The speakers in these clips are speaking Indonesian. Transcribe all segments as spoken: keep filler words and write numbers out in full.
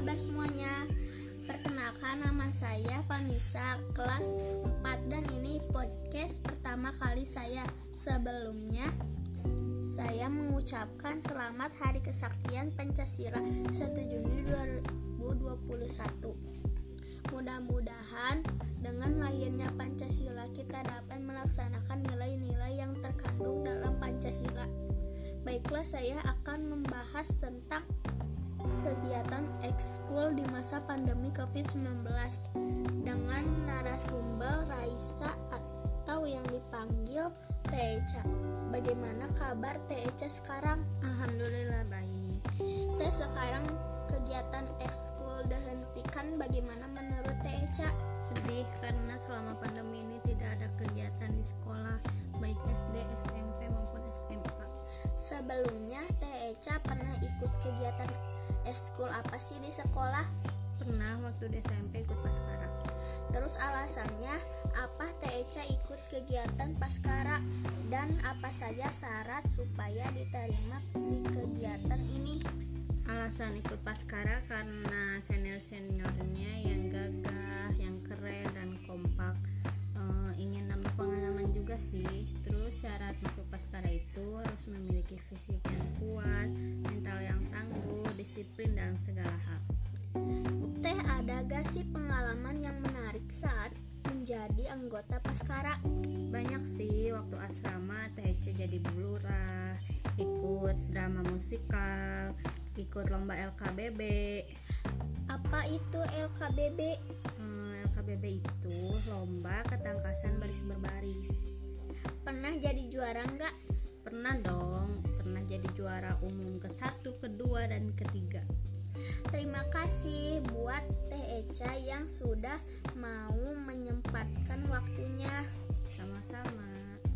kabar semuanya? Perkenalkan, nama saya Vanessa, kelas empat, dan ini podcast pertama kali saya. Sebelumnya saya mengucapkan selamat Hari Kesaktian Pancasila satu Juni dua ribu dua puluh satu. Mudah-mudahan dengan lahirnya Pancasila kita dapat melaksanakan nilai-nilai yang terkandung dalam Pancasila. Baiklah, saya akan membahas tentang kegiatan ekskul di masa pandemi covid sembilan belas dengan narasumber Raisa atau yang dipanggil Teca. Bagaimana kabar Teca sekarang? Alhamdulillah baik. Teh, sekarang kegiatan ekskul dihentikan, bagaimana menurut Teca? Sedih karena selama pandemi ini tidak ada kegiatan di sekolah, baik S D, S M P maupun S M A. Sebelumnya Teca pernah ikut kegiatan ekskul apa sih di sekolah? Pernah waktu di S M P ikut Paskara. Terus alasannya apa Teca ikut kegiatan Paskara, dan apa saja syarat supaya diterima di kegiatan ini? Alasan ikut Paskara karena senior-seniornya yang gagah, yang keren dan kompak. E, ingin nambah pengalaman juga sih. Terus syarat masuk Paskara itu harus memiliki fisik yang kuat, mental yang tangguh, disiplin dalam segala hal. Teh, ada gak sih pengalaman yang menarik saat menjadi anggota Paskara? Banyak sih. Waktu asrama T H C jadi bulurah, ikut drama musikal, ikut lomba L K B B. Apa itu L K B B? hmm, L K B B itu lomba ketangkasan baris berbaris. Pernah jadi juara nggak? Pernah dong. Pernah jadi juara umum ke satu, kedua, dan ketiga. Terima kasih buat Teca yang sudah mau menyempatkan waktunya. Sama-sama.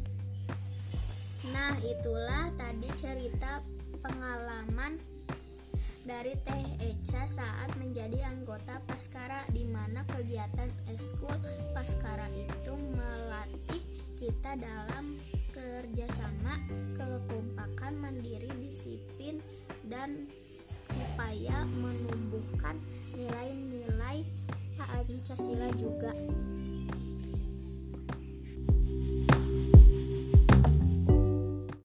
Nah, itulah tadi cerita pengalaman dari Teca saat menjadi anggota Paskara, di mana kegiatan ekskul Paskara itu melatih kita dalam kerjasama, kekompakan, mandiri, disiplin, dan upaya menumbuhkan nilai-nilai Pancasila juga.